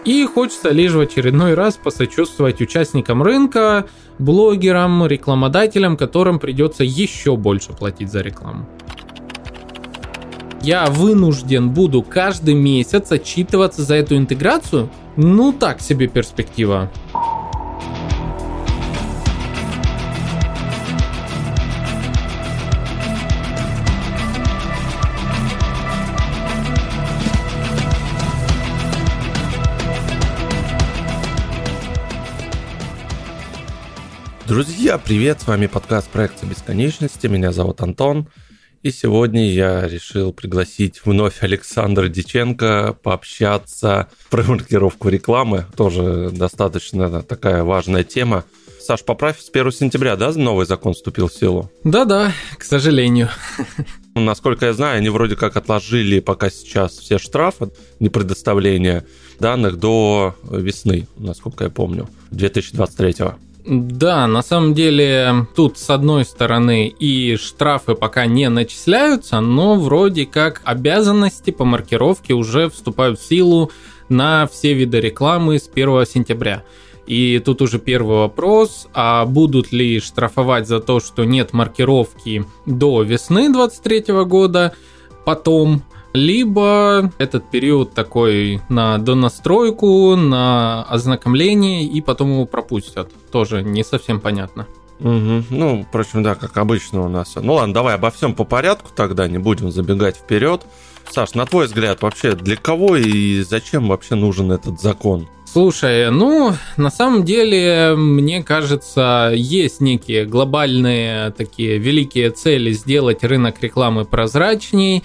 И хочется лишь в очередной раз посочувствовать участникам рынка, блогерам, рекламодателям, которым придется еще больше платить за рекламу. Я вынужден буду каждый месяц отчитываться за эту интеграцию? Ну так себе перспектива. Друзья, привет! С вами подкаст «Проекция бесконечности». Меня зовут Антон. И сегодня я решил пригласить вновь Александра Дьяченко пообщаться про маркировку рекламы. Тоже достаточно такая важная тема. Саш, поправь, с 1 сентября, да, новый закон вступил в силу? Да-да, к сожалению. Насколько я знаю, они вроде как отложили пока сейчас все штрафы, непредоставление данных до весны, насколько я помню, 2023. Да, на самом деле тут с одной стороны и штрафы пока не начисляются, но вроде как обязанности по маркировке уже вступают в силу на все виды рекламы с 1 сентября. И тут уже первый вопрос, а будут ли штрафовать за то, что нет маркировки до весны 2023 года, потом... Либо этот период такой на донастройку, на ознакомление, и потом его пропустят. Тоже не совсем понятно. Угу. Ну, впрочем, да, как обычно у нас. Ну ладно, давай обо всем по порядку тогда, не будем забегать вперед. Саш, на твой взгляд, вообще для кого и зачем вообще нужен этот закон? Слушай, на самом деле, мне кажется, есть некие глобальные такие великие цели сделать рынок рекламы прозрачней,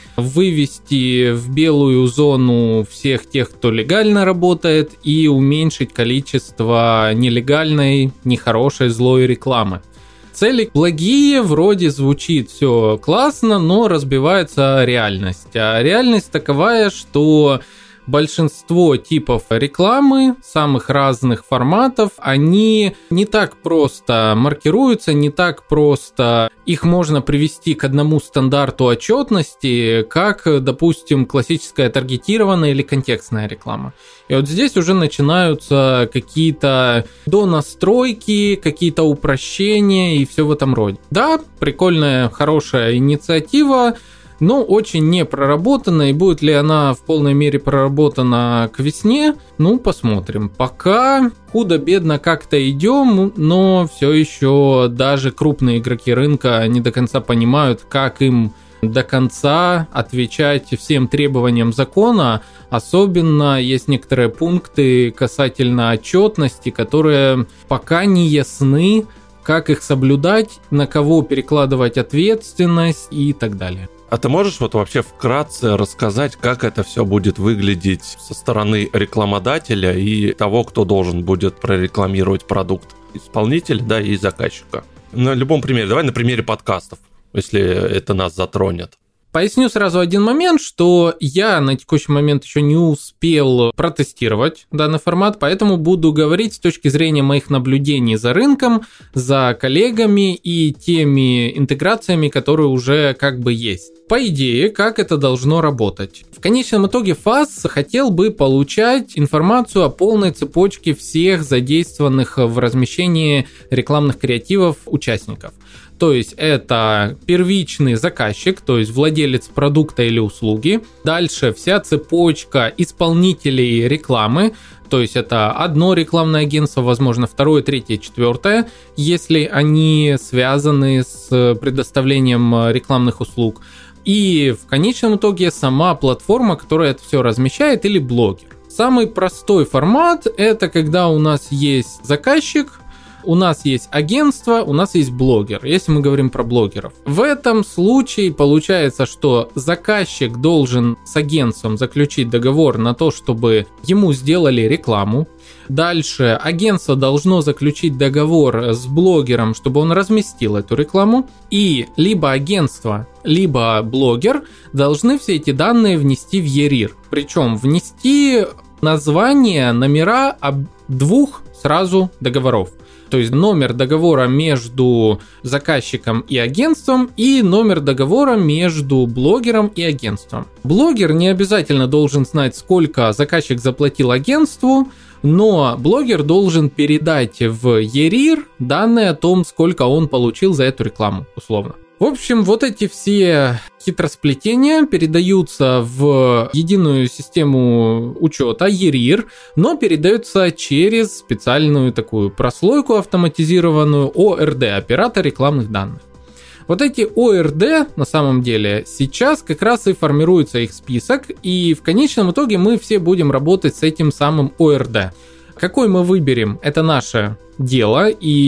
вывести в белую зону всех тех, кто легально работает, и уменьшить количество нелегальной, нехорошей, злой рекламы. Цели благие, вроде звучит все классно, но разбивается реальность. А реальность таковая, что большинство типов рекламы, самых разных форматов, они не так просто маркируются, не так просто их можно привести к одному стандарту отчетности, как, допустим, классическая таргетированная или контекстная реклама. И вот здесь уже начинаются какие-то донастройки, какие-то упрощения и все в этом роде. Да, прикольная, хорошая инициатива, но очень не проработана, и будет ли она в полной мере проработана к весне, посмотрим. Пока худо-бедно как-то идем, но все еще даже крупные игроки рынка не до конца понимают, как им до конца отвечать всем требованиям закона. Особенно есть некоторые пункты касательно отчетности, которые пока не ясны, как их соблюдать, на кого перекладывать ответственность и так далее. А ты можешь вообще вкратце рассказать, как это все будет выглядеть со стороны рекламодателя и того, кто должен будет прорекламировать продукт? Исполнитель, да, и заказчика. На любом примере. Давай на примере подкастов, если это нас затронет. Поясню сразу один момент, что я на текущий момент еще не успел протестировать данный формат, поэтому буду говорить с точки зрения моих наблюдений за рынком, за коллегами и теми интеграциями, которые уже как бы есть. По идее, как это должно работать? В конечном итоге ФАС хотел бы получать информацию о полной цепочке всех задействованных в размещении рекламных креативов участников. То есть это первичный заказчик, то есть владелец продукта или услуги. Дальше вся цепочка исполнителей рекламы, то есть это одно рекламное агентство, возможно, второе, третье, четвертое, если они связаны с предоставлением рекламных услуг. И в конечном итоге сама платформа, которая это все размещает, или блогер. Самый простой формат – это когда у нас есть заказчик, у нас есть агентство, у нас есть блогер, если мы говорим про блогеров. В этом случае получается, что заказчик должен с агентством заключить договор на то, чтобы ему сделали рекламу. Дальше агентство должно заключить договор с блогером, чтобы он разместил эту рекламу. И либо агентство, либо блогер должны все эти данные внести в ЕРИР. Причем внести название, номера двух сразу договоров. То есть номер договора между заказчиком и агентством и номер договора между блогером и агентством. Блогер не обязательно должен знать, сколько заказчик заплатил агентству, но блогер должен передать в ЕРИР данные о том, сколько он получил за эту рекламу, условно. В общем, вот эти все хитросплетения передаются в единую систему учета ЕРИР, но передаются через специальную такую прослойку автоматизированную ОРД, оператор рекламных данных. Вот эти ОРД, на самом деле, сейчас как раз и формируется их список, и в конечном итоге мы все будем работать с этим самым ОРД. Какой мы выберем, это наше дело,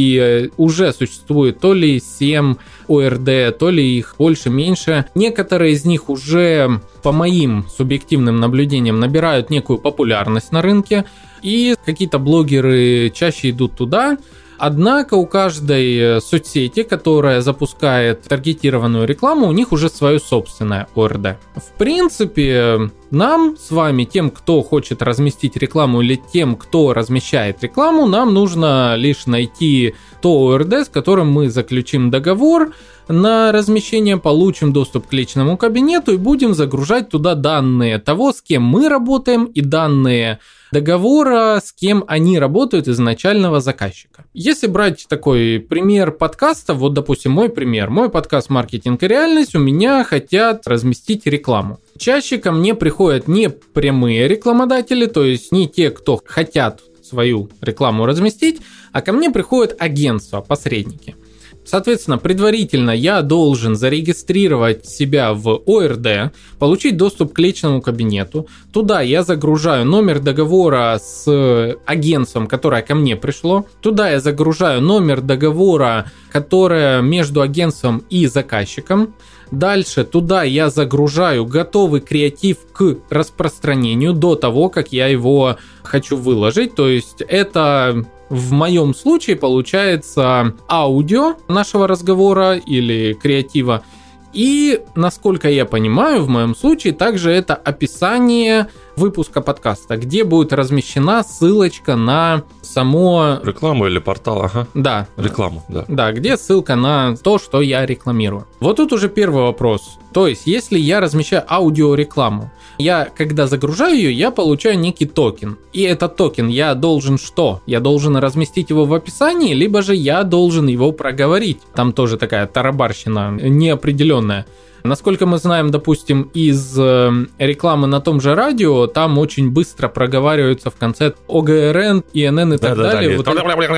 и уже существует то ли 7 ОРД, то ли их больше-меньше. Некоторые из них уже, по моим субъективным наблюдениям, набирают некую популярность на рынке, и какие-то блогеры чаще идут туда. Однако у каждой соцсети, которая запускает таргетированную рекламу, у них уже свое собственное ОРД. В принципе, нам с вами, тем, кто хочет разместить рекламу, или тем, кто размещает рекламу, нам нужно лишь найти то ОРД, с которым мы заключим договор на размещение, получим доступ к личному кабинету и будем загружать туда данные того, с кем мы работаем, и данные договора, с кем они работают, изначального заказчика. Если брать такой пример подкаста, вот, допустим, мой пример, мой подкаст «Маркетинг и реальность», у меня хотят разместить рекламу. Чаще ко мне приходят не прямые рекламодатели, то есть не те, кто хотят свою рекламу разместить, а ко мне приходят агентства, посредники. Соответственно, предварительно я должен зарегистрировать себя в ОРД, получить доступ к личному кабинету. Туда я загружаю номер договора с агентством, которое ко мне пришло. Туда я загружаю номер договора, которое между агентством и заказчиком. Дальше туда я загружаю готовый креатив к распространению до того, как я его хочу выложить. То есть это... В моем случае получается аудио нашего разговора или креатива. И, насколько я понимаю, в моем случае также это описание выпуска подкаста, где будет размещена ссылочка на само... Рекламу или портал, ага. Да. Рекламу, да. Да, где ссылка на то, что я рекламирую. Вот тут уже первый вопрос. То есть, если я размещаю аудиорекламу, я, когда загружаю ее, я получаю некий токен. И этот токен я должен что? Я должен разместить его в описании, либо же я должен его проговорить. Там тоже такая тарабарщина неопределенная. Насколько мы знаем, допустим, из рекламы на том же радио, там очень быстро проговариваются в конце ОГРН, ИНН и так далее. Вот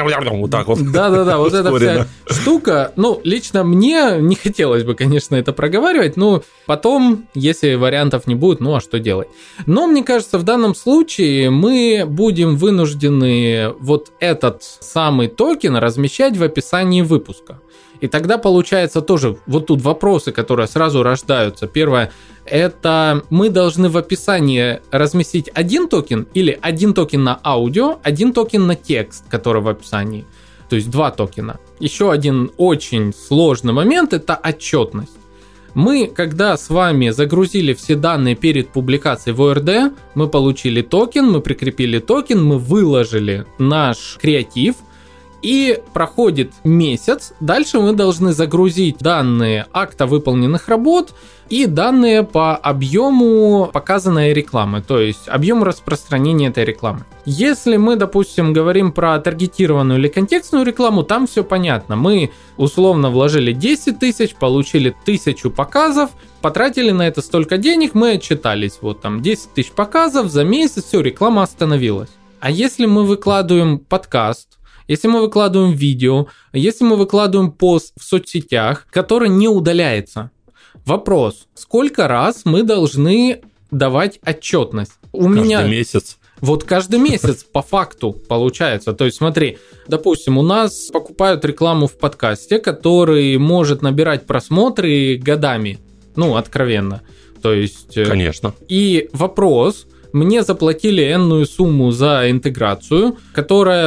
так вот. Да-да-да, вот эта вся штука. Ну, лично мне не хотелось бы, конечно, это проговаривать, но потом, если вариантов не будет, ну а что делать? Но мне кажется, в данном случае мы будем вынуждены вот этот самый токен размещать в описании выпуска. И тогда получается тоже вот тут вопросы, которые сразу рождаются. Первое, это мы должны в описании разместить один токен или один токен на аудио, один токен на текст, который в описании. То есть 2 токена. Еще один очень сложный момент – это отчетность. Мы, когда с вами загрузили все данные перед публикацией в ОРД, мы получили токен, мы прикрепили токен, мы выложили наш креатив, и проходит месяц, дальше мы должны загрузить данные акта выполненных работ и данные по объему показанной рекламы, то есть объем распространения этой рекламы. Если мы, допустим, говорим про таргетированную или контекстную рекламу, там все понятно. Мы условно вложили 10 тысяч, получили 1000 показов, потратили на это столько денег, мы отчитались. Вот там 10 тысяч показов за месяц, все, реклама остановилась. А если мы выкладываем подкаст, если мы выкладываем видео, если мы выкладываем пост в соцсетях, который не удаляется. Вопрос, сколько раз мы должны давать отчетность? Каждый месяц. Вот каждый месяц по факту получается. То есть смотри, допустим, у нас покупают рекламу в подкасте, который может набирать просмотры годами. Ну, откровенно. То есть... Конечно. И вопрос... Мне заплатили энную сумму за интеграцию, которая...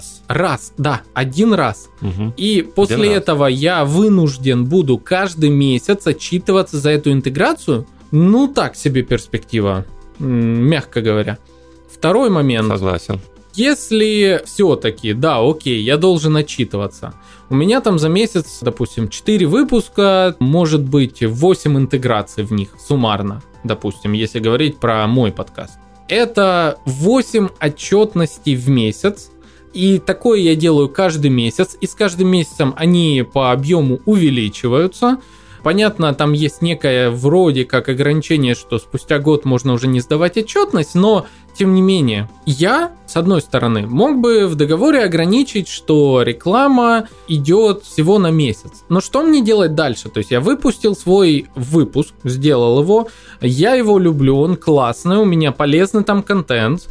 Один раз. Угу. И после этого я вынужден буду каждый месяц отчитываться за эту интеграцию. Ну, так себе перспектива, мягко говоря. Второй момент. Согласен. Если все-таки, да, окей, я должен отчитываться, у меня там за месяц, допустим, 4 выпуска, может быть 8 интеграций в них суммарно, допустим, если говорить про мой подкаст. Это 8 отчетностей в месяц, и такое я делаю каждый месяц, и с каждым месяцем они по объему увеличиваются. Понятно, там есть некое вроде как ограничение, что спустя год можно уже не сдавать отчетность, но тем не менее, я, с одной стороны, мог бы в договоре ограничить, что реклама идет всего на месяц. Но что мне делать дальше? То есть я выпустил свой выпуск, сделал его, я его люблю, он классный, у меня полезный там контент,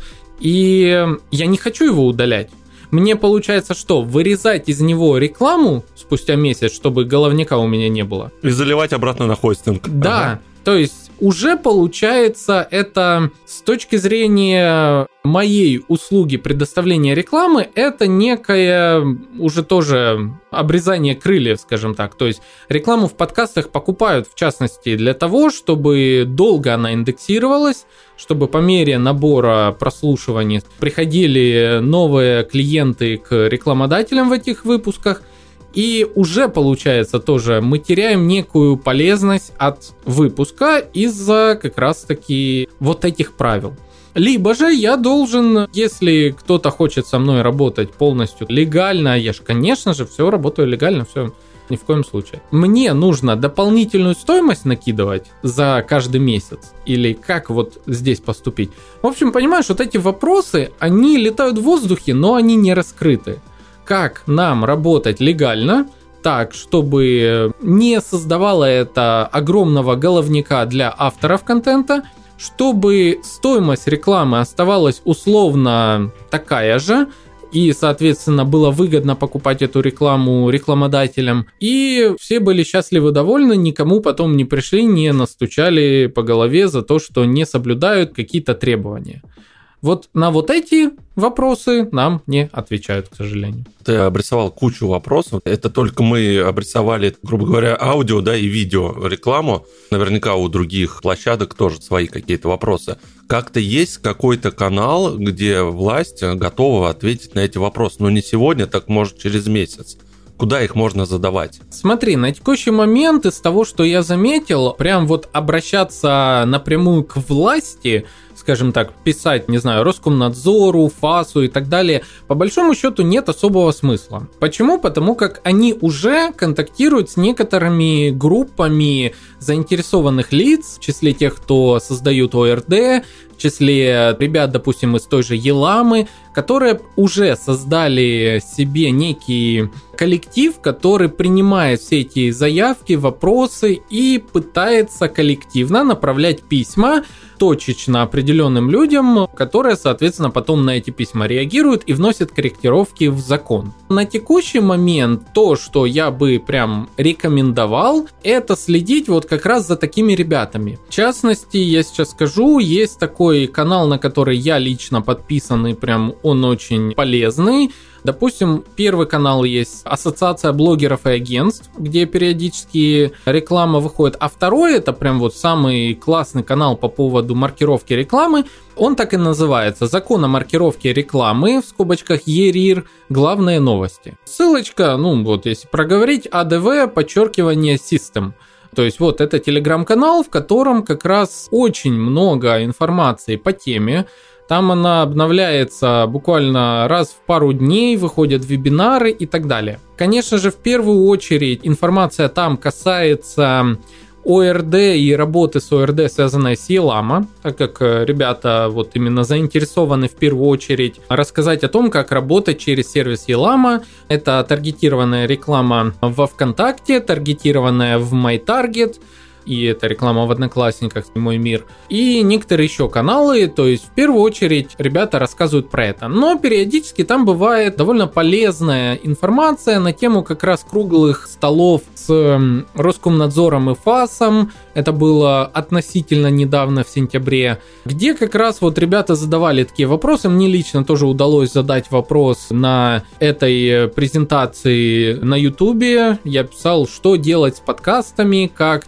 и я не хочу его удалять. Мне получается что? Вырезать из него рекламу спустя месяц, чтобы головняка у меня не было. И заливать обратно на хостинг. Да, ага. То есть уже получается это с точки зрения моей услуги предоставления рекламы, это некое уже тоже обрезание крыльев, скажем так. То есть рекламу в подкастах покупают в частности для того, чтобы долго она индексировалась, чтобы по мере набора прослушиваний приходили новые клиенты к рекламодателям в этих выпусках. И уже получается тоже мы теряем некую полезность от выпуска из-за как раз-таки вот этих правил. Либо же я должен, если кто-то хочет со мной работать полностью легально, я же, конечно же, все работаю легально, все, ни в коем случае. Мне нужно дополнительную стоимость накидывать за каждый месяц? Или как вот здесь поступить? В общем, понимаешь, вот эти вопросы, они летают в воздухе, но они не раскрыты. Как нам работать легально, так, чтобы не создавало это огромного головняка для авторов контента, чтобы стоимость рекламы оставалась условно такая же, и, соответственно, было выгодно покупать эту рекламу рекламодателям, и все были счастливы, довольны, никому потом не пришли, не настучали по голове за то, что не соблюдают какие-то требования. Вот на вот эти вопросы нам не отвечают, к сожалению. Ты обрисовал кучу вопросов. Это только мы обрисовали, грубо говоря, аудио, да, и видео рекламу. Наверняка у других площадок тоже свои какие-то вопросы. Как-то есть какой-то канал, где власть готова ответить на эти вопросы. Но не сегодня, так может через месяц. Куда их можно задавать? Смотри, на текущий момент из того, что я заметил, прям вот обращаться напрямую к власти, скажем так, писать, не знаю, Роскомнадзору, ФАСу и так далее, по большому счету нет особого смысла. Почему? Потому как они уже контактируют с некоторыми группами заинтересованных лиц, в числе тех, кто создают ОРД, в числе ребят, допустим, из той же Еламы, которые уже создали себе некий коллектив, который принимает все эти заявки, вопросы и пытается коллективно направлять письма точечно определенным людям, которые, соответственно, потом на эти письма реагируют и вносят корректировки в закон. На текущий момент то, что я бы прям рекомендовал, это следить вот как раз за такими ребятами. В частности, я сейчас скажу, есть такой канал, на который я лично подписан, и прям он очень полезный. Допустим, первый канал есть Ассоциация блогеров и агентств, где периодически реклама выходит, а второй, это прям вот самый классный канал по поводу маркировки рекламы, он так и называется «Закон о маркировке рекламы», в скобочках ЕРИР, главные новости. Ссылочка, ну вот если проговорить, АДВ, подчеркивание System. То есть вот это телеграм-канал, в котором как раз очень много информации по теме. Там она обновляется буквально раз в пару дней, выходят вебинары и так далее. Конечно же, в первую очередь информация там касается ОРД и работы с ОРД, связанной с Елама, так как ребята вот именно заинтересованы в первую очередь рассказать о том, как работать через сервис Елама. Это таргетированная реклама во ВКонтакте, таргетированная в MyTarget, и это реклама в Одноклассниках, Мой мир, и некоторые еще каналы, то есть в первую очередь ребята рассказывают про это. Но периодически там бывает довольно полезная информация на тему как раз круглых столов с Роскомнадзором и ФАСом, это было относительно недавно, в сентябре, где как раз вот ребята задавали такие вопросы. Мне лично тоже удалось задать вопрос на этой презентации на Ютубе. Я писал, что делать с подкастами, как блогер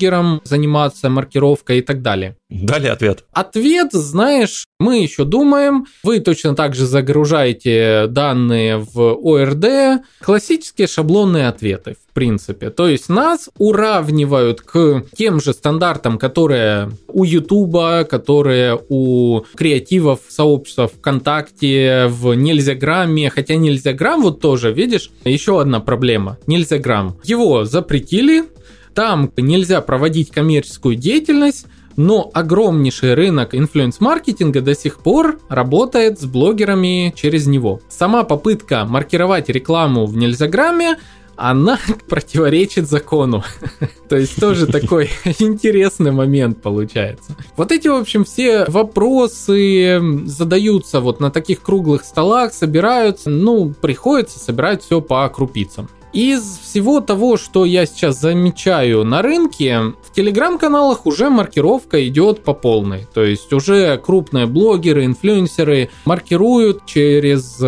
блогерам заниматься маркировкой и так далее. Дали ответ. Ответ, знаешь, мы еще думаем, вы точно так же загружаете данные в ОРД, классические шаблонные ответы, в принципе. То есть нас уравнивают к тем же стандартам, которые у Ютуба, которые у креативов, сообщества ВКонтакте, в Нельзяграмме, хотя Нельзяграм вот тоже, видишь, еще одна проблема. Нельзяграм. Его запретили, там нельзя проводить коммерческую деятельность, но огромнейший рынок инфлюенс-маркетинга до сих пор работает с блогерами через него. Сама попытка маркировать рекламу в Нельзяграме, она противоречит закону. То есть тоже такой интересный момент получается. Вот эти, в общем, все вопросы задаются вот на таких круглых столах, собираются, приходится собирать все по крупицам. Из всего того, что я сейчас замечаю на рынке, в телеграм-каналах уже маркировка идет по полной. То есть уже крупные блогеры, инфлюенсеры маркируют через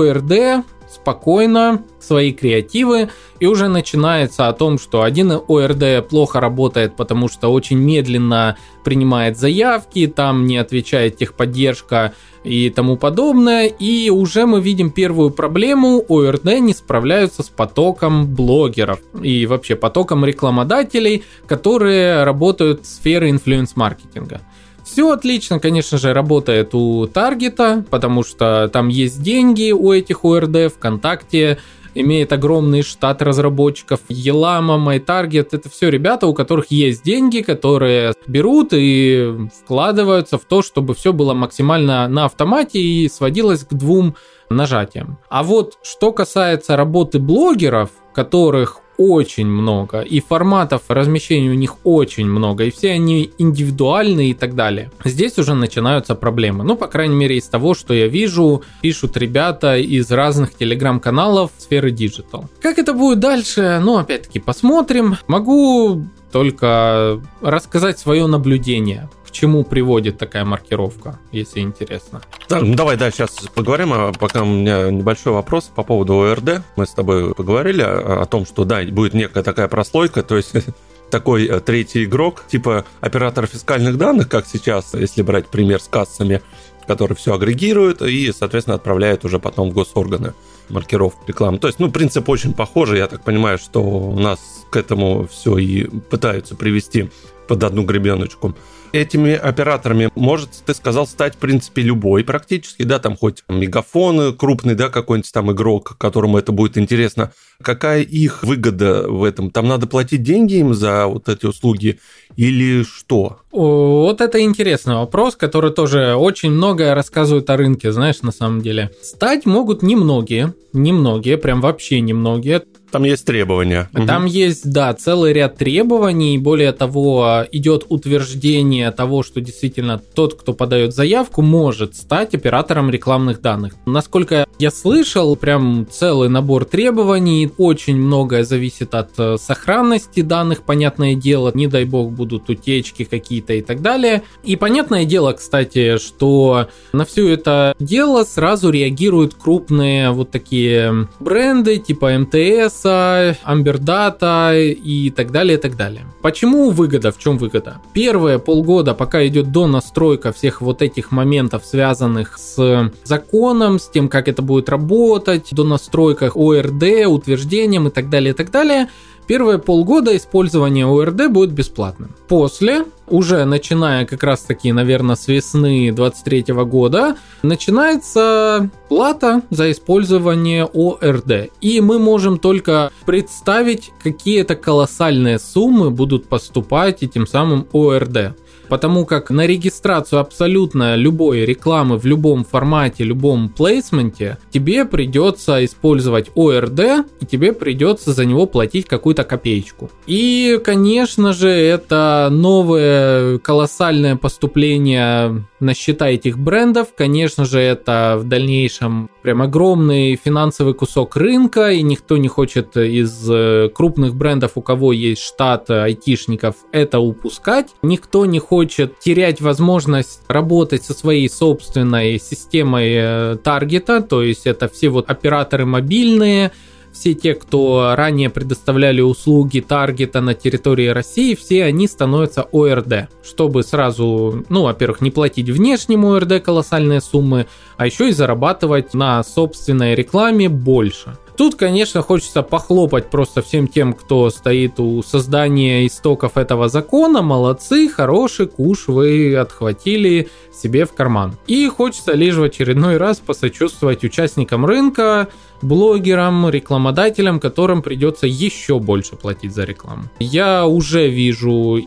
ОРД спокойно свои креативы, и уже начинается о том, что один ОРД плохо работает, потому что очень медленно принимает заявки, там не отвечает техподдержка и тому подобное, и уже мы видим первую проблему: ОРД не справляются с потоком блогеров и вообще потоком рекламодателей, которые работают в сфере инфлюенс-маркетинга. Все отлично, конечно же, работает у Таргета, потому что там есть деньги у этих ОРД, ВКонтакте имеет огромный штат разработчиков, Елама, MyTarget, это все ребята, у которых есть деньги, которые берут и вкладываются в то, чтобы все было максимально на автомате и сводилось к 2 нажатиям. А вот что касается работы блогеров, которых очень много, и форматов размещения у них очень много, и все они индивидуальные и так далее. Здесь уже начинаются проблемы. По крайней мере, из того, что я вижу, пишут ребята из разных телеграм-каналов сферы диджитал. Как это будет дальше? Опять-таки, посмотрим. Могу только рассказать свое наблюдение. К чему приводит такая маркировка, если интересно. Давай, сейчас поговорим, а пока у меня небольшой вопрос по поводу ОРД. Мы с тобой поговорили о том, что будет некая такая прослойка, то есть такой третий игрок, типа оператор фискальных данных, как сейчас, если брать пример с кассами, который все агрегирует и, соответственно, отправляет уже потом в госорганы маркировку рекламы. То есть, принцип очень похожий. Я так понимаю, что у нас к этому все и пытаются привести под одну гребеночку. Этими операторами может, ты сказал, стать, в принципе, любой практически, там хоть Мегафон крупный, какой-нибудь там игрок, которому это будет интересно. Какая их выгода в этом? Там надо платить деньги им за вот эти услуги или что? Вот это интересный вопрос, который тоже очень многое рассказывает о рынке, знаешь, на самом деле. Стать могут немногие, прям вообще немногие. Там есть требования. Там есть, целый ряд требований. Более того, идет утверждение того, что действительно тот, кто подает заявку, может стать оператором рекламных данных. Насколько я слышал, прям целый набор требований. Очень многое зависит от сохранности данных, понятное дело. Не дай бог будут утечки какие-то и так далее. И понятное дело, кстати, что на все это дело сразу реагируют крупные вот такие бренды типа МТС, Amber Data и так далее, и так далее. Почему выгода? В чем выгода? Первые полгода, пока идет донастройка всех вот этих моментов, связанных с законом, с тем, как это будет работать, донастройках ОРД, утверждением и так далее, первые полгода использование ОРД будет бесплатным. После, уже начиная как раз таки, наверное, с весны 2023 года, начинается плата за использование ОРД. И мы можем только представить, какие это колоссальные суммы будут поступать этим самым ОРД. Потому как на регистрацию абсолютно любой рекламы в любом формате, любом плейсменте тебе придется использовать ОРД, и тебе придется за него платить какую-то копеечку. И, конечно же, это новое колоссальное поступление на счета этих брендов. Конечно же, это в дальнейшем прям огромный финансовый кусок рынка, и никто не хочет из крупных брендов, у кого есть штат айтишников, это упускать. Никто не хочет терять возможность работать со своей собственной системой таргета, то есть это все вот операторы мобильные, все те, кто ранее предоставляли услуги таргета на территории России, все они становятся ОРД, чтобы сразу, во-первых, не платить внешнему ОРД колоссальные суммы, а еще и зарабатывать на собственной рекламе больше. Тут, конечно, хочется похлопать просто всем тем, кто стоит у создания истоков этого закона. Молодцы, хороший куш вы отхватили себе в карман. И хочется лишь в очередной раз посочувствовать участникам рынка, блогерам, рекламодателям, которым придется еще больше платить за рекламу. Я уже вижу,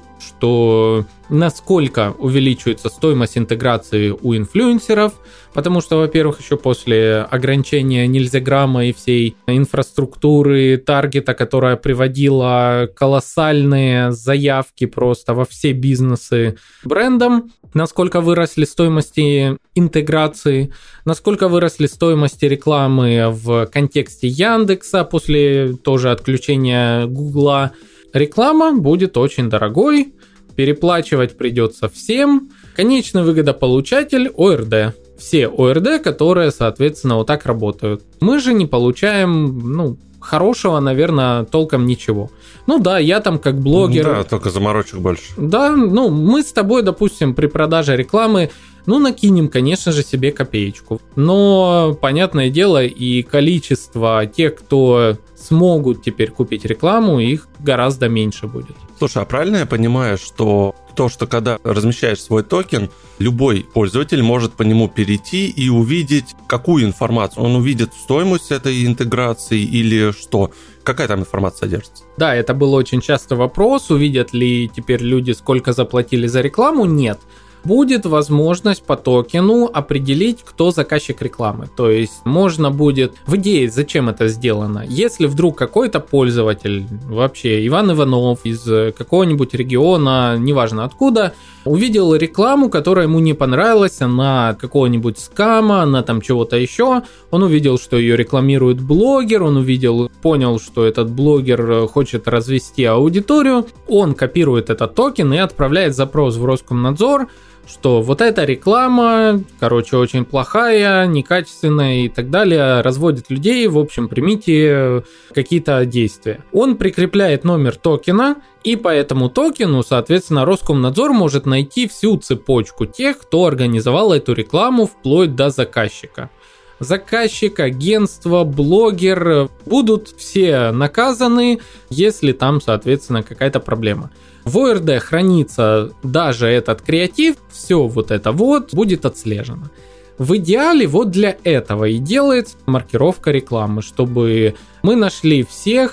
что насколько увеличивается стоимость интеграции у инфлюенсеров, потому что, во-первых, еще после ограничения нельзяграмма и всей инфраструктуры таргета, которая приводила колоссальные заявки просто во все бизнесы брендам, насколько выросли стоимости интеграции, насколько выросли стоимости рекламы в контексте Яндекса после тоже отключения Гугла. Реклама будет очень дорогой, переплачивать придется всем. Конечный выгодополучатель – ОРД. Все ОРД, которые, соответственно, вот так работают. Мы же не получаем, хорошего, наверное, толком ничего. Да, я там как блогер... Да, только заморочек больше. Да, мы с тобой, допустим, при продаже рекламы, накинем, конечно же, себе копеечку. Но, понятное дело, и количество тех, кто смогут теперь купить рекламу, их гораздо меньше будет. Слушай, а правильно я понимаю, что когда размещаешь свой токен, любой пользователь может по нему перейти и увидеть какую информацию? Он увидит стоимость этой интеграции или что? Какая там информация содержится? Да, это был очень часто вопрос, увидят ли теперь люди, сколько заплатили за рекламу? Нет. Будет возможность по токену определить, кто заказчик рекламы. То есть можно будет... В идее, зачем это сделано? Если вдруг какой-то пользователь, вообще Иван Иванов из какого-нибудь региона, неважно откуда, увидел рекламу, которая ему не понравилась, она какого-нибудь скама, она там чего-то еще, он увидел, что ее рекламирует блогер, понял, что этот блогер хочет развести аудиторию, он копирует этот токен и отправляет запрос в Роскомнадзор, что вот эта реклама, очень плохая, некачественная и так далее, разводит людей, в общем, примите какие-то действия. Он прикрепляет номер токена, и по этому токену, соответственно, Роскомнадзор может найти всю цепочку тех, кто организовал эту рекламу вплоть до заказчика. Заказчик, агентство, блогер будут все наказаны, если там, соответственно, какая-то проблема. В ОРД хранится даже этот креатив, все это будет отслежено. В идеале для этого и делается маркировка рекламы, чтобы мы нашли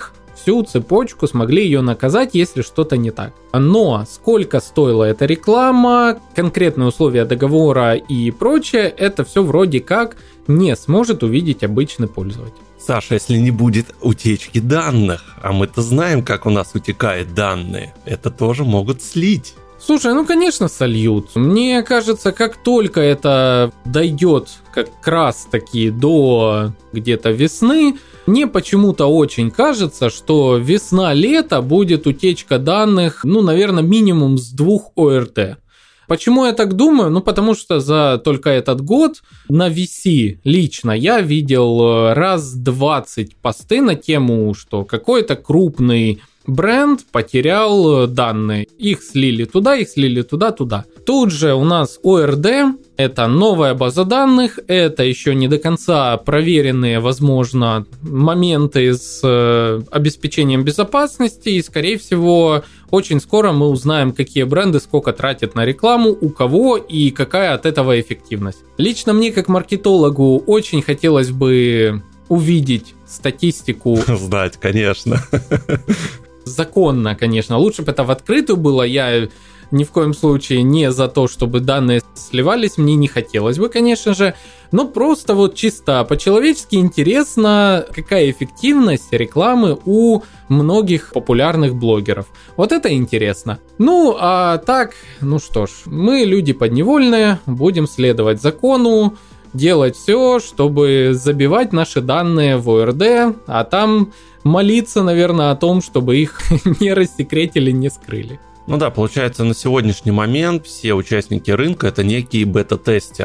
всю цепочку, смогли ее наказать, если что-то не так. Но сколько стоила эта реклама, конкретные условия договора и прочее, это все вроде как не сможет увидеть обычный пользователь. Саша, если не будет утечки данных, а мы-то знаем, как у нас утекают данные, это тоже могут слить. Слушай, конечно, сольют. Мне кажется, как только это дойдет как раз таки до где-то весны, мне почему-то очень кажется, что весна-лето будет утечка данных, наверное, минимум с 2 ОРТ. Почему я так думаю? Потому что за только этот год на VC лично я видел раз 20 посты на тему, что какой-то крупный бренд потерял данные. Их слили туда, туда. Тут же у нас ОРД, это новая база данных, это еще не до конца проверенные, возможно, моменты с обеспечением безопасности, и, скорее всего, очень скоро мы узнаем, какие бренды сколько тратят на рекламу, у кого и какая от этого эффективность. Лично мне, как маркетологу, очень хотелось бы увидеть статистику. Знать, конечно. Законно, конечно. Лучше бы это в открытую было. Я ни в коем случае не за то, чтобы данные сливались. Мне не хотелось бы, конечно же. Но просто чисто по-человечески интересно, какая эффективность рекламы у многих популярных блогеров. Это интересно. А так, что ж, мы люди подневольные, будем следовать закону, делать все, чтобы забивать наши данные в ОРД, а там молиться, наверное, о том, чтобы их не рассекретили, не скрыли. Получается, на сегодняшний момент все участники рынка – это некие бета-тестеры.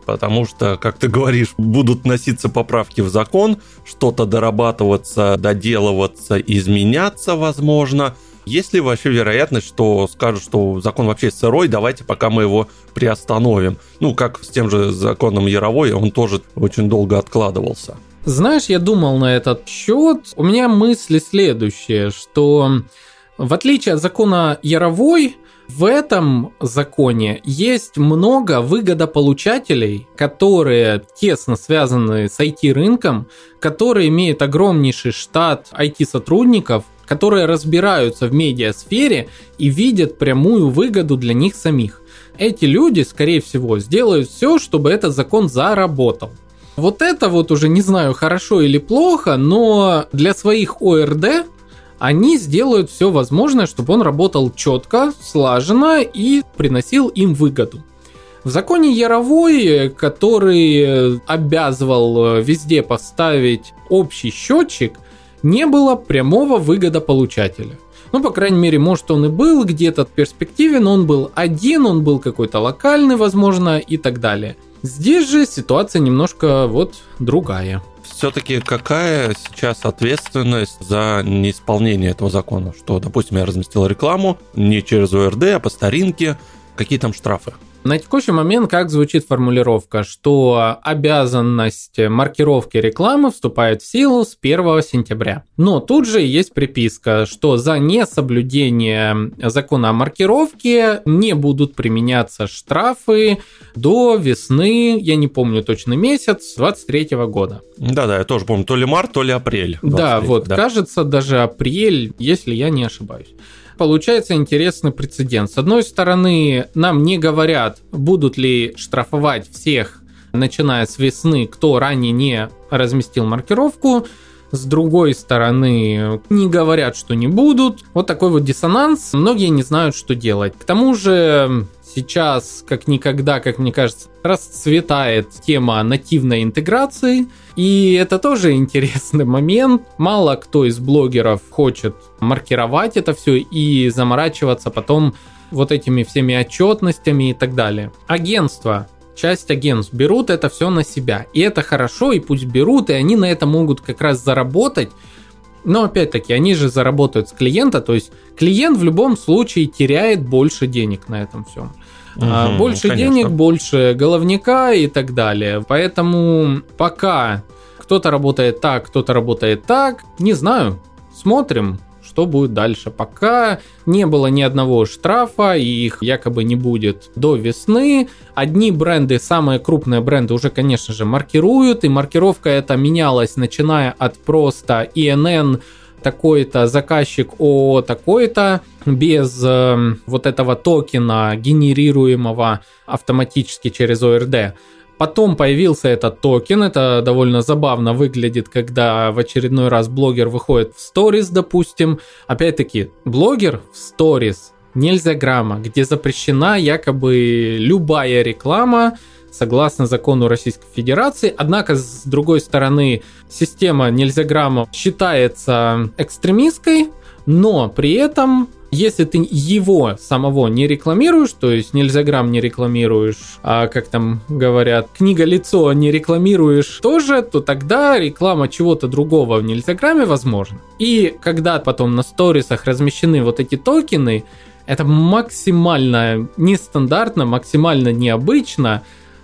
потому что, как ты говоришь, будут вноситься поправки в закон, что-то дорабатываться, доделываться, изменяться, возможно. Есть ли вообще вероятность, что скажут, что закон вообще сырой, давайте пока мы его приостановим? Ну, как с тем же законом Яровой, он тоже очень долго откладывался. Знаешь, я думал на этот счет. У меня мысли следующие, что в отличие от закона Яровой, в этом законе есть много выгодополучателей, которые тесно связаны с IT-рынком, которые имеют огромнейший штат IT-сотрудников, которые разбираются в медиасфере и видят прямую выгоду для них самих. Эти люди, скорее всего, сделают все, чтобы этот закон заработал. Вот это вот уже не знаю, хорошо или плохо, но для своих ОРД они сделают все возможное, чтобы он работал четко, слаженно и приносил им выгоду. В законе Яровой, который обязывал везде поставить общий счетчик, не было прямого выгодополучателя. Ну, по крайней мере, может, он и был где-то в перспективе, но он был один, он был какой-то локальный, возможно, и так далее. Здесь же ситуация немножко вот другая. Все-таки какая сейчас ответственность за неисполнение этого закона? Что, допустим, я разместил рекламу не через ОРД, а по старинке. Какие там штрафы? На текущий момент как звучит формулировка, что обязанность маркировки рекламы вступает в силу с 1 сентября. Но тут же есть приписка, что за несоблюдение закона о маркировке не будут применяться штрафы до весны, я не помню точный месяц, 2023 года. Да-да, я тоже помню, то ли март, то ли апрель. Да, вот, да. Кажется, даже апрель, если я не ошибаюсь. Получается интересный прецедент. С одной стороны, нам не говорят, будут ли штрафовать всех, начиная с весны, кто ранее не разместил маркировку. С другой стороны, не говорят, что не будут. Вот такой вот диссонанс. Многие не знают, что делать. К тому же сейчас, как никогда, как мне кажется, расцветает тема нативной интеграции. И это тоже интересный момент. Мало кто из блогеров хочет маркировать это все и заморачиваться потом вот этими всеми отчетностями и так далее. Агентства, часть агентств берут это все на себя. И это хорошо, и пусть берут, и они на это могут как раз заработать. Но опять-таки, они же заработают с клиента, то есть клиент в любом случае теряет больше денег на этом всем. Больше денег, больше головняка и так далее. Поэтому пока кто-то работает так, кто-то работает так, не знаю, смотрим, что будет дальше. Пока не было ни одного штрафа, и их якобы не будет до весны. Одни бренды, самые крупные бренды уже, конечно же, маркируют, и маркировка эта менялась, начиная от просто ИНН, такой-то заказчик ООО такой-то, без вот этого токена, генерируемого автоматически через ОРД. Потом появился этот токен, это довольно забавно выглядит, когда в очередной раз блогер выходит в сторис, допустим. Опять-таки, блогер в сторис нельзяграмма, где запрещена якобы любая реклама, согласно закону Российской Федерации. Однако, с другой стороны, система нельзяграмма считается экстремистской, но при этом, если ты его самого не рекламируешь, то есть нельзяграмм не рекламируешь, а как там говорят, книга-лицо не рекламируешь тоже, то тогда реклама чего-то другого в нельзяграмме возможна. И когда потом на сторисах размещены вот эти токены, это максимально нестандартно, максимально необычно.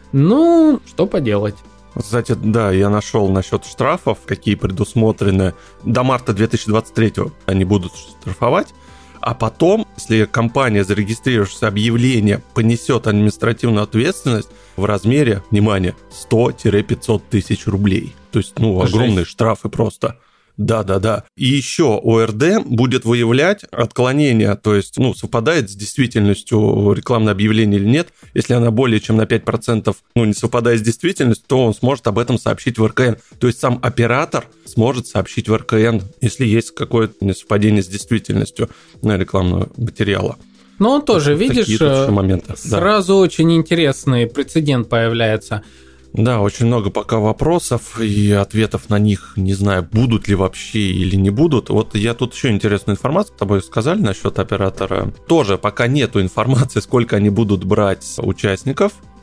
Ну, что поделать. Кстати, да, я нашел насчет штрафов, какие предусмотрены. До марта 2023 они будут штрафовать. А потом, если компания, зарегистрировавшись объявление, понесет административную ответственность в размере, внимание, 100-500 тысяч рублей. То есть, огромные штрафы просто. Да. И еще ОРД будет выявлять отклонения, то есть, совпадает с действительностью рекламное объявление или нет. Если она более чем на 5%, не совпадает с действительностью, то он сможет об этом сообщить в РКН. То есть сам оператор сможет сообщить в РКН, если есть какое-то несовпадение с действительностью рекламного материала. Но тоже, видишь, сразу очень интересный прецедент появляется. Да, очень много пока вопросов и ответов на них, не знаю, будут ли вообще или не будут. Вот я тут еще интересную информацию с тобой сказали насчет оператора. Тоже пока нету информации, сколько они будут брать участников.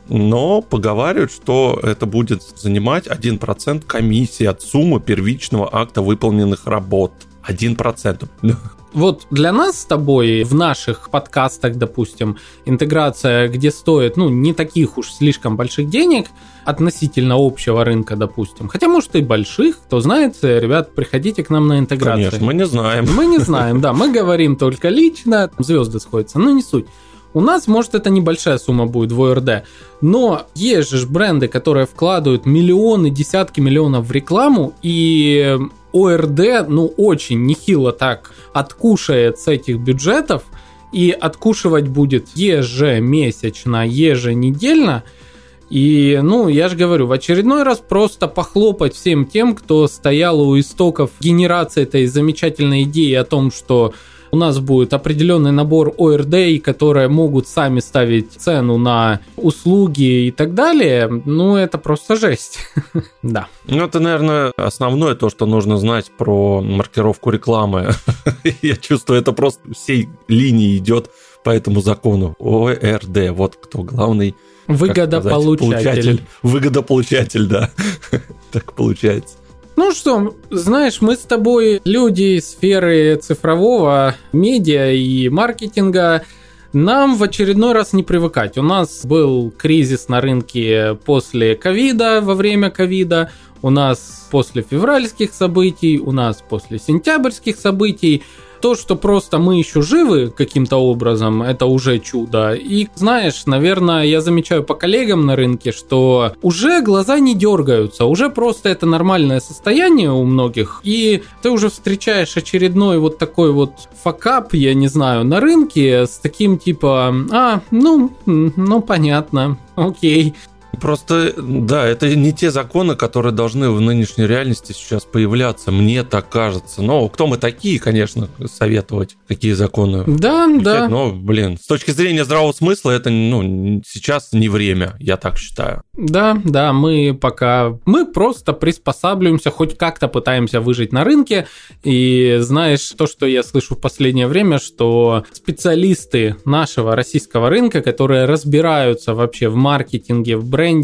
но поговаривают, что это будет занимать 1% комиссии от суммы первичного акта выполненных работ. 1%. Вот для нас с тобой в наших подкастах, допустим, интеграция, где стоит, не таких уж слишком больших денег относительно общего рынка, допустим, хотя, может, и больших, кто знает, ребят, приходите к нам на интеграцию. Конечно, мы не знаем. Мы не знаем, да, мы говорим только лично, звезды сходятся, но не суть. У нас, может, это небольшая сумма будет в ОРД, но есть же бренды, которые вкладывают миллионы, десятки миллионов в рекламу, и ОРД, очень нехило так откушает с этих бюджетов, и откушивать будет ежемесячно, еженедельно. И, я же говорю, в очередной раз просто похлопать всем тем, кто стоял у истоков генерации этой замечательной идеи о том, что у нас будет определенный набор ОРД, которые могут сами ставить цену на услуги и так далее. Это просто жесть. Да. Это, наверное, основное то, что нужно знать про маркировку рекламы. Я чувствую, это просто всей линии идет по этому закону. ОРД, вот кто главный. Выгодополучатель. Выгодополучатель, да. Так получается. Что, знаешь, мы с тобой люди из сферы цифрового медиа и маркетинга, нам в очередной раз не привыкать. У нас был кризис на рынке после ковида, во время ковида, у нас после февральских событий, у нас после сентябрьских событий. То, что просто мы еще живы каким-то образом, это уже чудо. И, знаешь, наверное, я замечаю по коллегам на рынке, что уже глаза не дергаются, уже просто это нормальное состояние у многих. И ты уже встречаешь очередной вот такой вот факап, я не знаю, на рынке с таким типа, понятно, окей. Просто, да, это не те законы, которые должны в нынешней реальности сейчас появляться, мне так кажется. Но кто мы такие, конечно, советовать, какие законы. Да. Но, с точки зрения здравого смысла, это, сейчас не время, я так считаю. Да, мы просто приспосабливаемся, хоть как-то пытаемся выжить на рынке. И знаешь, то, что я слышу в последнее время, что специалисты нашего российского рынка, которые разбираются вообще в маркетинге, в брендинге,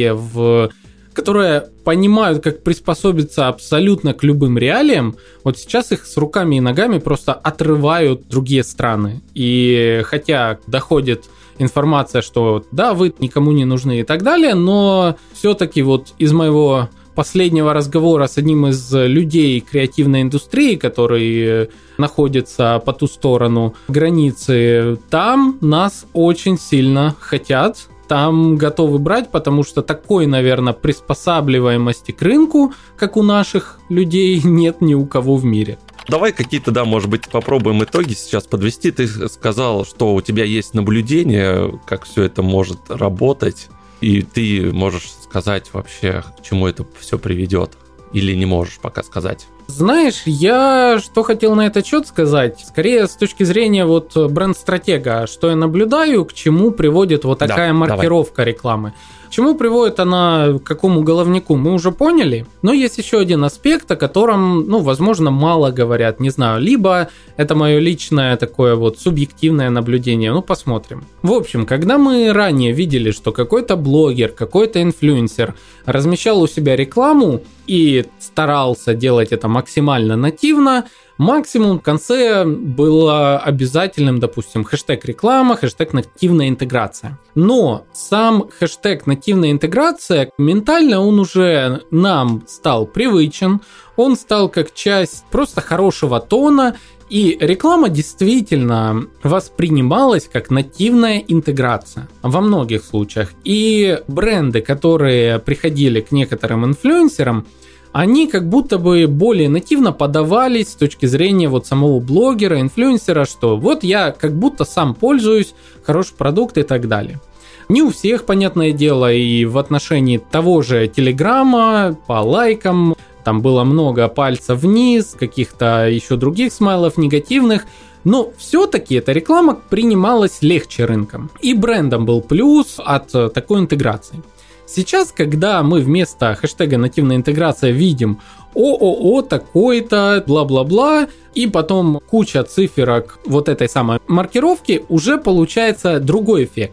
которые понимают, как приспособиться абсолютно к любым реалиям, вот сейчас их с руками и ногами просто отрывают другие страны. И хотя доходит информация, что да, вы никому не нужны и так далее, но все-таки вот из моего последнего разговора с одним из людей креативной индустрии, который находится по ту сторону границы, там нас очень сильно хотят, там готовы брать, потому что такой, наверное, приспосабливаемости к рынку, как у наших людей, нет ни у кого в мире. Давай какие-то, может быть, попробуем итоги сейчас подвести. Ты сказал, что у тебя есть наблюдение, как все это может работать, и ты можешь сказать вообще, к чему это все приведет, или не можешь пока сказать? Знаешь, я что хотел на этот счет сказать, скорее с точки зрения вот бренд-стратега, что я наблюдаю, к чему приводит вот такая маркировка рекламы. К чему приводит она, к какому головнику, мы уже поняли, но есть еще один аспект, о котором, возможно, мало говорят, не знаю, либо это мое личное такое вот субъективное наблюдение, посмотрим. В общем, когда мы ранее видели, что какой-то блогер, какой-то инфлюенсер размещал у себя рекламу и старался делать это максимально нативно, максимум в конце было обязательным, допустим, хэштег реклама, хэштег нативная интеграция. Но сам хэштег нативная интеграция, ментально он уже нам стал привычен, он стал как часть просто хорошего тона, и реклама действительно воспринималась как нативная интеграция во многих случаях. И бренды, которые приходили к некоторым инфлюенсерам, они как будто бы более нативно подавались с точки зрения вот самого блогера, инфлюенсера, что вот я как будто сам пользуюсь, хороший продукт и так далее. Не у всех, понятное дело, и в отношении того же Телеграма, по лайкам, там было много пальцев вниз, каких-то еще других смайлов негативных, но все-таки эта реклама принималась легче рынком. И брендом был плюс от такой интеграции. Сейчас, когда мы вместо хэштега нативная интеграция видим ООО такой-то, бла-бла-бла, и потом куча циферок вот этой самой маркировки, уже получается другой эффект.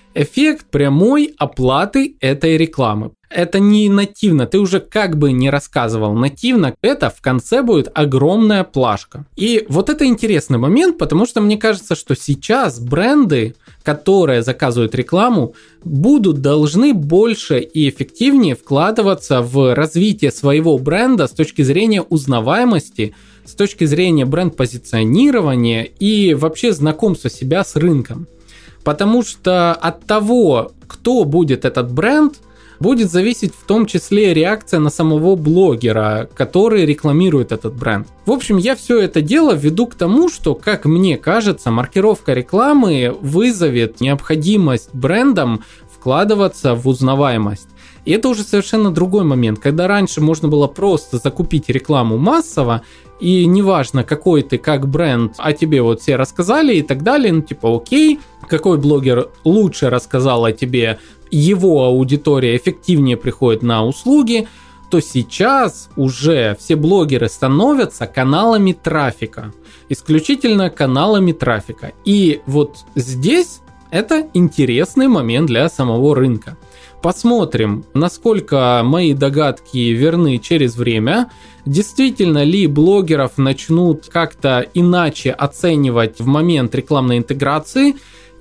эффект прямой оплаты этой рекламы. Это не нативно, ты уже как бы не рассказывал нативно, это в конце будет огромная плашка. И вот это интересный момент, потому что мне кажется, что сейчас бренды, которые заказывают рекламу, должны больше и эффективнее вкладываться в развитие своего бренда с точки зрения узнаваемости, с точки зрения бренд-позиционирования и вообще знакомства себя с рынком. Потому что от того, кто будет этот бренд, будет зависеть в том числе реакция на самого блогера, который рекламирует этот бренд. В общем, я все это дело веду к тому, что, как мне кажется, маркировка рекламы вызовет необходимость брендам вкладываться в узнаваемость. И это уже совершенно другой момент, когда раньше можно было просто закупить рекламу массово, и неважно, какой ты как бренд, о тебе вот все рассказали и так далее, ну типа окей, какой блогер лучше рассказал о тебе, его аудитория эффективнее приходит на услуги, то сейчас уже все блогеры становятся каналами трафика, исключительно каналами трафика. И вот здесь это интересный момент для самого рынка. Посмотрим, насколько мои догадки верны через время. Действительно ли блогеров начнут как-то иначе оценивать в момент рекламной интеграции?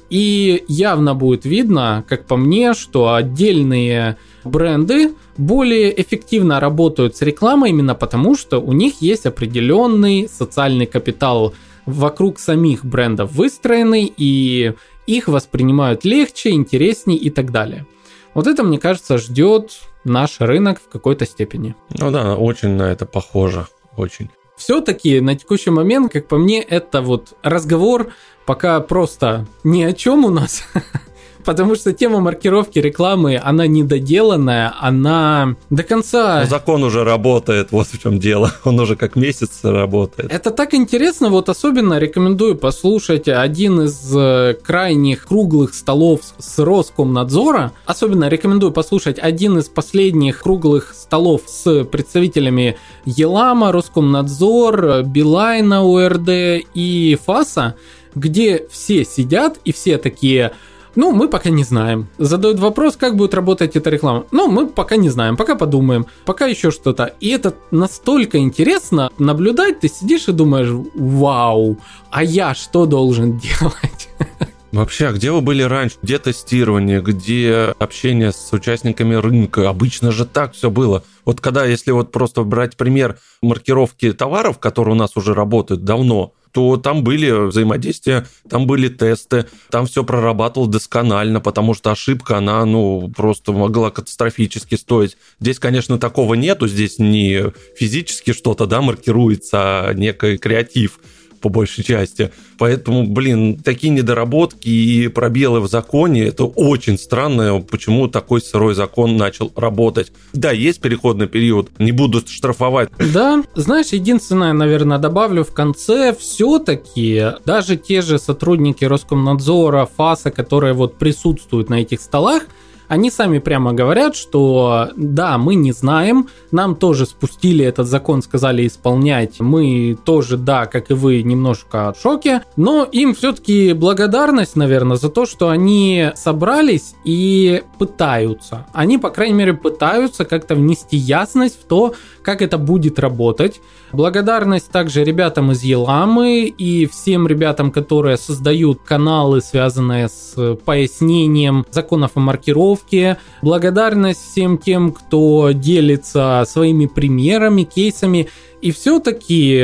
И явно будет видно, как по мне, что отдельные бренды более эффективно работают с рекламой именно потому, что у них есть определенный социальный капитал вокруг самих брендов выстроенный, и их воспринимают легче, интереснее и так далее. Вот это, мне кажется, ждет наш рынок в какой-то степени. Ну да, очень на это похоже, очень. Все-таки на текущий момент, как по мне, это вот разговор пока просто ни о чем у нас, потому что тема маркировки рекламы, она недоделанная, она до конца... Но закон уже работает, вот в чем дело, он уже как месяц работает. Это так интересно, вот особенно рекомендую послушать один из крайних круглых столов с Роскомнадзора, особенно рекомендую послушать один из последних круглых столов с представителями Елама, Роскомнадзор, Билайна, ОРД и ФАСа, где все сидят и все такие... Ну, мы пока не знаем. Задают вопрос, как будет работать эта реклама. Ну, мы пока не знаем, пока подумаем, пока еще что-то. И это настолько интересно наблюдать, ты сидишь и думаешь, вау, а я что должен делать? Вообще, а где вы были раньше? Где тестирование, где общение с участниками рынка? Обычно же так все было. Вот когда, если вот просто брать пример маркировки товаров, которые у нас уже работают давно, то там были взаимодействия, там были тесты, там все прорабатывалось досконально, потому что ошибка, она, просто могла катастрофически стоить. Здесь, конечно, такого нету, здесь не физически что-то, маркируется, а некий креатив по большей части. Поэтому, такие недоработки и пробелы в законе, это очень странно, почему такой сырой закон начал работать. Да, есть переходный период, не буду штрафовать. Да, знаешь, единственное, наверное, добавлю в конце, все-таки даже те же сотрудники Роскомнадзора, ФАСа, которые вот присутствуют на этих столах, они сами прямо говорят, что да, мы не знаем, нам тоже спустили этот закон, сказали исполнять, мы тоже, да, как и вы, немножко в шоке, но им все-таки благодарность, наверное, за то, что они собрались и пытаются. Они, по крайней мере, пытаются как-то внести ясность в то, как это будет работать. Благодарность также ребятам из Еламы и всем ребятам, которые создают каналы, связанные с пояснением законов о маркировке. Благодарность всем тем, кто делится своими примерами, кейсами. И все-таки,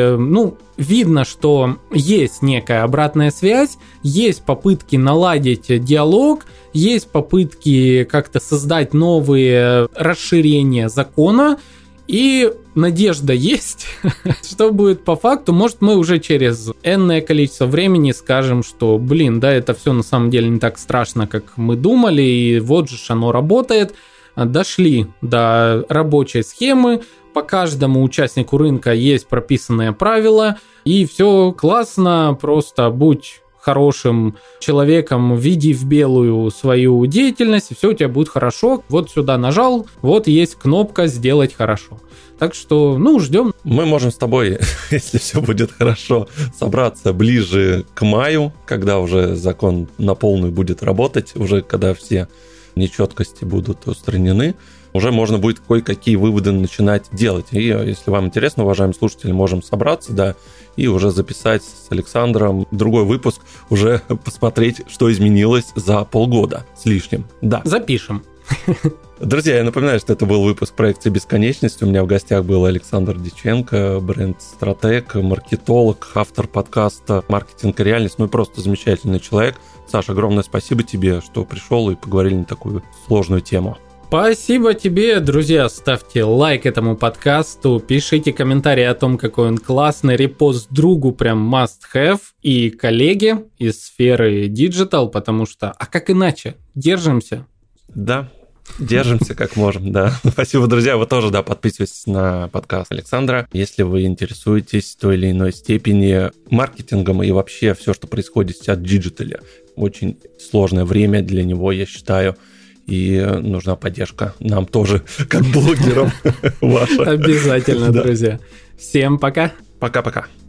видно, что есть некая обратная связь, есть попытки наладить диалог, есть попытки как-то создать новые расширения закона. И надежда есть, что будет по факту. Может, мы уже через энное количество времени скажем, что, это все на самом деле не так страшно, как мы думали, и вот же оно работает. Дошли до рабочей схемы, по каждому участнику рынка есть прописанные правила, и все классно, просто будь хорошим человеком, введи в белую свою деятельность, и все у тебя будет хорошо. Вот сюда нажал, вот есть кнопка «Сделать хорошо». Так что, ждем. Мы можем с тобой, если все будет хорошо, собраться ближе к маю, когда уже закон на полную будет работать, уже когда все нечеткости будут устранены, уже можно будет кое-какие выводы начинать делать. И если вам интересно, уважаемые слушатели, можем собраться, да, и уже записать с Александром другой выпуск, уже посмотреть, что изменилось за полгода с лишним. Да. Запишем. Друзья, я напоминаю, что это был выпуск проекта «Бесконечность». У меня в гостях был Александр Диченко, бренд-стратег, маркетолог, автор подкаста «Маркетинг и реальность». Ну и просто замечательный человек. Саша, огромное спасибо тебе, что пришел и поговорили на такую сложную тему. Спасибо тебе, друзья. Ставьте лайк этому подкасту, пишите комментарии о том, какой он классный, репост другу прям must have, и коллеге из сферы Digital, потому что, а как иначе? Держимся. Да, держимся как можем, да. Спасибо, друзья. Вы тоже, да, подписывайтесь на подкаст Александра. Если вы интересуетесь в той или иной степени маркетингом и вообще все, что происходит сейчас в диджитале, очень сложное время для него, я считаю, и нужна поддержка нам тоже, как блогерам ваша. Обязательно, друзья. Всем пока. Пока-пока.